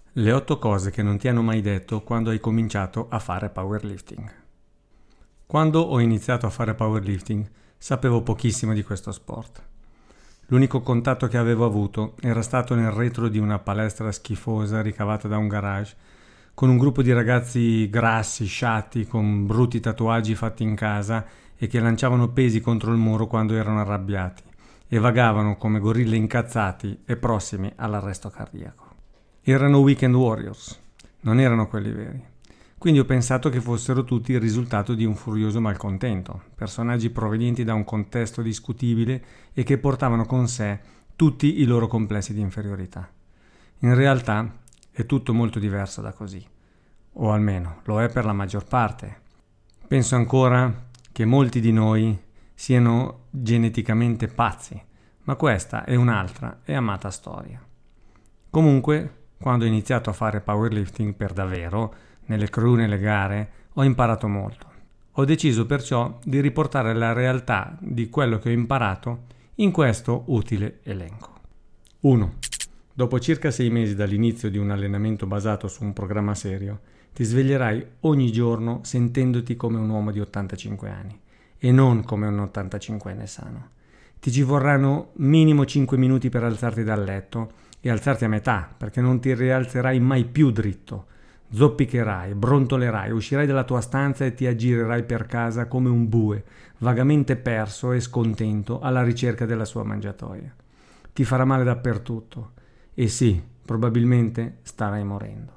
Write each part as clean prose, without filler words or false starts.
Le 8 cose che non ti hanno mai detto quando hai cominciato a fare powerlifting. Quando ho iniziato a fare powerlifting sapevo pochissimo di questo sport. L'unico contatto che avevo avuto era stato nel retro di una palestra schifosa ricavata da un garage, con un gruppo di ragazzi grassi, sciatti, con brutti tatuaggi fatti in casa e che lanciavano pesi contro il muro quando erano arrabbiati e vagavano come gorille incazzati e prossimi all'arresto cardiaco. Erano weekend warriors, non erano quelli veri. Quindi ho pensato che fossero tutti il risultato di un furioso malcontento, personaggi provenienti da un contesto discutibile e che portavano con sé tutti i loro complessi di inferiorità. In realtà è tutto molto diverso da così, o almeno lo è per la maggior parte. Penso ancora che molti di noi siano geneticamente pazzi, ma questa è un'altra e amata storia. Comunque, quando ho iniziato a fare powerlifting per davvero, nelle crew, nelle gare, ho imparato molto. Ho deciso perciò di riportare la realtà di quello che ho imparato in questo utile elenco. 1. Dopo circa 6 mesi dall'inizio di un allenamento basato su un programma serio, ti sveglierai ogni giorno sentendoti come un uomo di 85 anni e non come un 85enne sano. Ti ci vorranno minimo 5 minuti per alzarti dal letto e alzarti a metà, perché non ti rialzerai mai più dritto. Zoppicherai, brontolerai, uscirai dalla tua stanza e ti aggirerai per casa come un bue, vagamente perso e scontento alla ricerca della sua mangiatoia. Ti farà male dappertutto e sì, probabilmente starai morendo.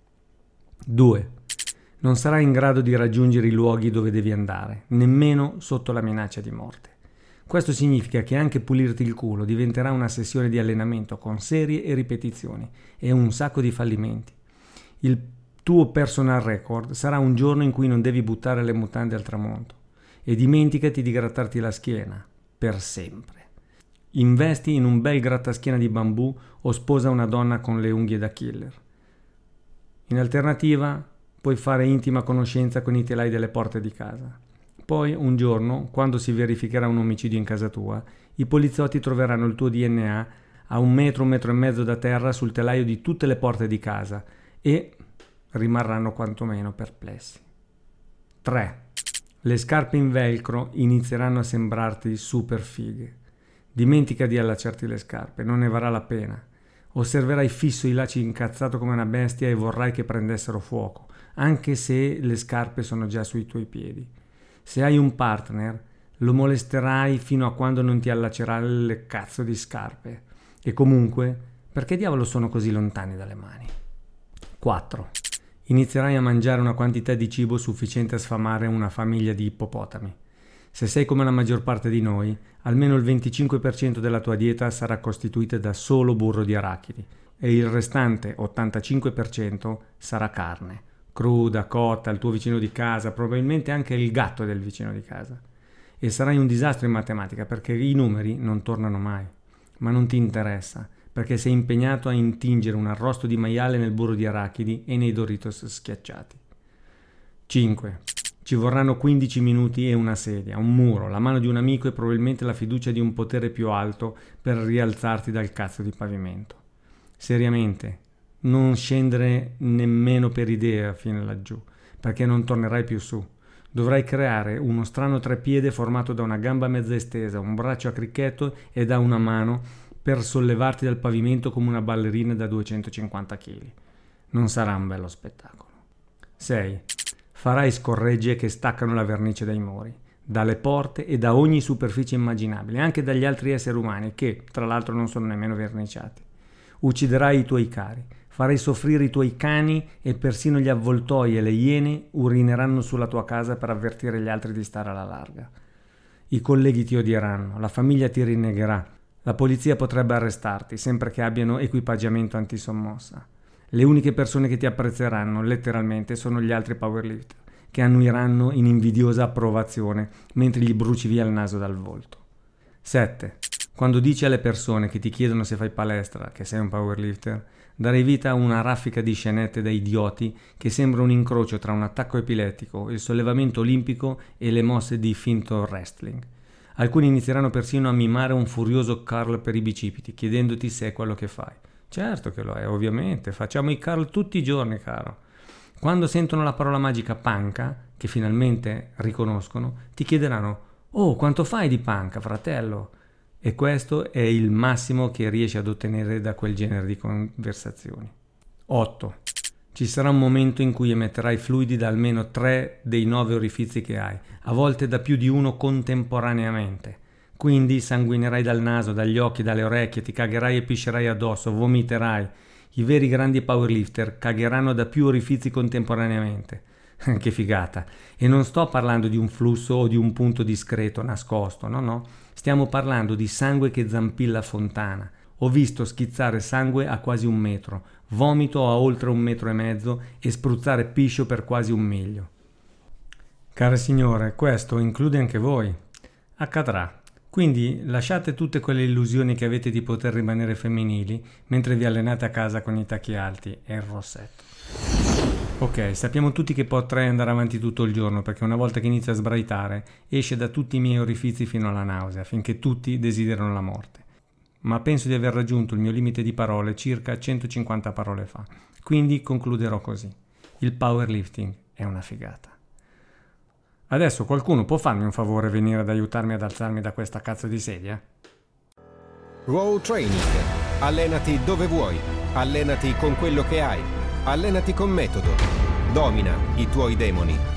2. Non sarai in grado di raggiungere i luoghi dove devi andare, nemmeno sotto la minaccia di morte. Questo significa che anche pulirti il culo diventerà una sessione di allenamento con serie e ripetizioni e un sacco di fallimenti. Il tuo personal record sarà un giorno in cui non devi buttare le mutande al tramonto e dimenticati di grattarti la schiena per sempre. Investi in un bel grattaschiena di bambù o sposa una donna con le unghie da killer. In alternativa, puoi fare intima conoscenza con i telai delle porte di casa. Poi, un giorno, quando si verificherà un omicidio in casa tua, i poliziotti troveranno il tuo DNA a 1 metro, 1 metro e mezzo da terra sul telaio di tutte le porte di casa e rimarranno quantomeno perplessi. 3. Le scarpe in velcro inizieranno a sembrarti super fighe. Dimentica di allacciarti le scarpe, non ne varrà la pena. Osserverai fisso i lacci incazzato come una bestia e vorrai che prendessero fuoco, anche se le scarpe sono già sui tuoi piedi. Se hai un partner, lo molesterai fino a quando non ti allaccerà le cazzo di scarpe. E comunque, perché diavolo sono così lontani dalle mani? 4. Inizierai a mangiare una quantità di cibo sufficiente a sfamare una famiglia di ippopotami. Se sei come la maggior parte di noi, almeno il 25% della tua dieta sarà costituita da solo burro di arachidi e il restante 85% sarà carne. Cruda, cotta, il tuo vicino di casa, probabilmente anche il gatto del vicino di casa. E sarai un disastro in matematica perché i numeri non tornano mai. Ma non ti interessa, perché sei impegnato a intingere un arrosto di maiale nel burro di arachidi e nei Doritos schiacciati. 5. Ci vorranno 15 minuti e una sedia, un muro, la mano di un amico e probabilmente la fiducia di un potere più alto per rialzarti dal cazzo di pavimento. Seriamente, non scendere nemmeno per idea fino laggiù, perché non tornerai più su. Dovrai creare uno strano treppiede formato da una gamba mezza estesa, un braccio a cricchetto e da una mano per sollevarti dal pavimento come una ballerina da 250 kg. Non sarà un bello spettacolo. 6. Farai scorregge che staccano la vernice dai muri, dalle porte e da ogni superficie immaginabile, anche dagli altri esseri umani che, tra l'altro, non sono nemmeno verniciati. Ucciderai i tuoi cari, farai soffrire i tuoi cani e persino gli avvoltoi e le iene urineranno sulla tua casa per avvertire gli altri di stare alla larga. I colleghi ti odieranno, la famiglia ti rinnegherà, la polizia potrebbe arrestarti sempre che abbiano equipaggiamento antisommossa. Le uniche persone che ti apprezzeranno letteralmente sono gli altri powerlifter, che annuiranno in invidiosa approvazione mentre gli bruci via il naso dal volto. 7. Quando dici alle persone che ti chiedono se fai palestra che sei un powerlifter, darei vita a una raffica di scenette da idioti che sembra un incrocio tra un attacco epilettico, il sollevamento olimpico e le mosse di finto wrestling. Alcuni inizieranno persino a mimare un furioso curl per i bicipiti, chiedendoti se è quello che fai. Certo che lo è, ovviamente. Facciamo i curl tutti i giorni, caro. Quando sentono la parola magica panca, che finalmente riconoscono, ti chiederanno: «Oh, quanto fai di panca, fratello?» E questo è il massimo che riesci ad ottenere da quel genere di conversazioni. 8. Ci sarà un momento in cui emetterai fluidi da almeno 3 dei 9 orifizi che hai, a volte da più di uno contemporaneamente. Quindi sanguinerai dal naso, dagli occhi, dalle orecchie, ti cagherai e piscerai addosso, vomiterai. I veri grandi powerlifter cagheranno da più orifizi contemporaneamente. Che figata! E non sto parlando di un flusso o di un punto discreto, nascosto, no. Stiamo parlando di sangue che zampilla fontana. Ho visto schizzare sangue a quasi 1 metro, vomito a oltre 1,5 metri e spruzzare piscio per quasi 1 miglio. Care signore, questo include anche voi. Accadrà. Quindi lasciate tutte quelle illusioni che avete di poter rimanere femminili mentre vi allenate a casa con i tacchi alti e il rossetto. Ok, sappiamo tutti che potrei andare avanti tutto il giorno perché una volta che inizio a sbraitare esce da tutti i miei orifizi fino alla nausea, finché tutti desiderano la morte. Ma penso di aver raggiunto il mio limite di parole circa 150 parole fa, quindi concluderò così. Il powerlifting è una figata. Adesso qualcuno può farmi un favore e venire ad aiutarmi ad alzarmi da questa cazzo di sedia? Raw Training. Allenati dove vuoi. Allenati con quello che hai. Allenati con metodo. Domina i tuoi demoni.